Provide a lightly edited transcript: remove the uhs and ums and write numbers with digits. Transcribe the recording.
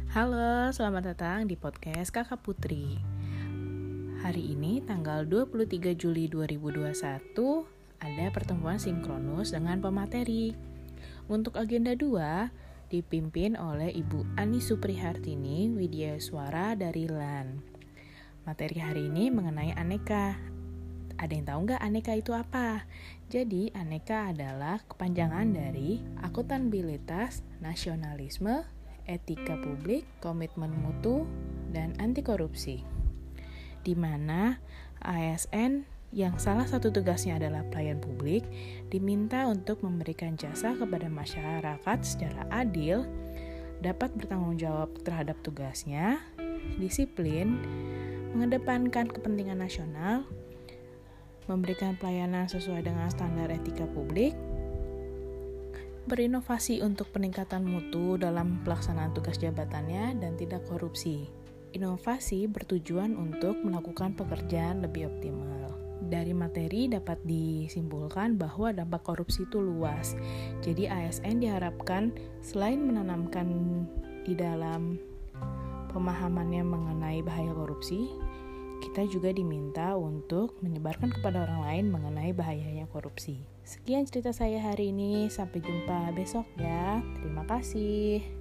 Halo, selamat datang di podcast Kakak Putri. Hari ini tanggal 23 Juli 2021 ada pertemuan sinkronus dengan pemateri. Untuk agenda 2 dipimpin oleh Ibu Ani Suprihartini Widyaswara dari LAN. Materi hari ini mengenai aneka. Ada yang tahu nggak aneka itu apa? Jadi aneka adalah kepanjangan dari akuntabilitas, nasionalisme, etika publik, komitmen mutu, dan anti korupsi. Di mana ASN yang salah satu tugasnya adalah pelayan publik diminta untuk memberikan jasa kepada masyarakat secara adil, dapat bertanggung jawab terhadap tugasnya, disiplin, mengedepankan kepentingan nasional, memberikan pelayanan sesuai dengan standar etika publik, berinovasi untuk peningkatan mutu dalam pelaksanaan tugas jabatannya, dan tidak korupsi. Inovasi bertujuan untuk melakukan pekerjaan lebih optimal. Dari materi dapat disimpulkan bahwa dampak korupsi itu luas. Jadi ASN diharapkan selain menanamkan di dalam pemahamannya mengenai bahaya korupsi, kita juga diminta untuk menyebarkan kepada orang lain mengenai bahayanya korupsi. Sekian cerita saya hari ini, sampai jumpa besok ya. Terima kasih.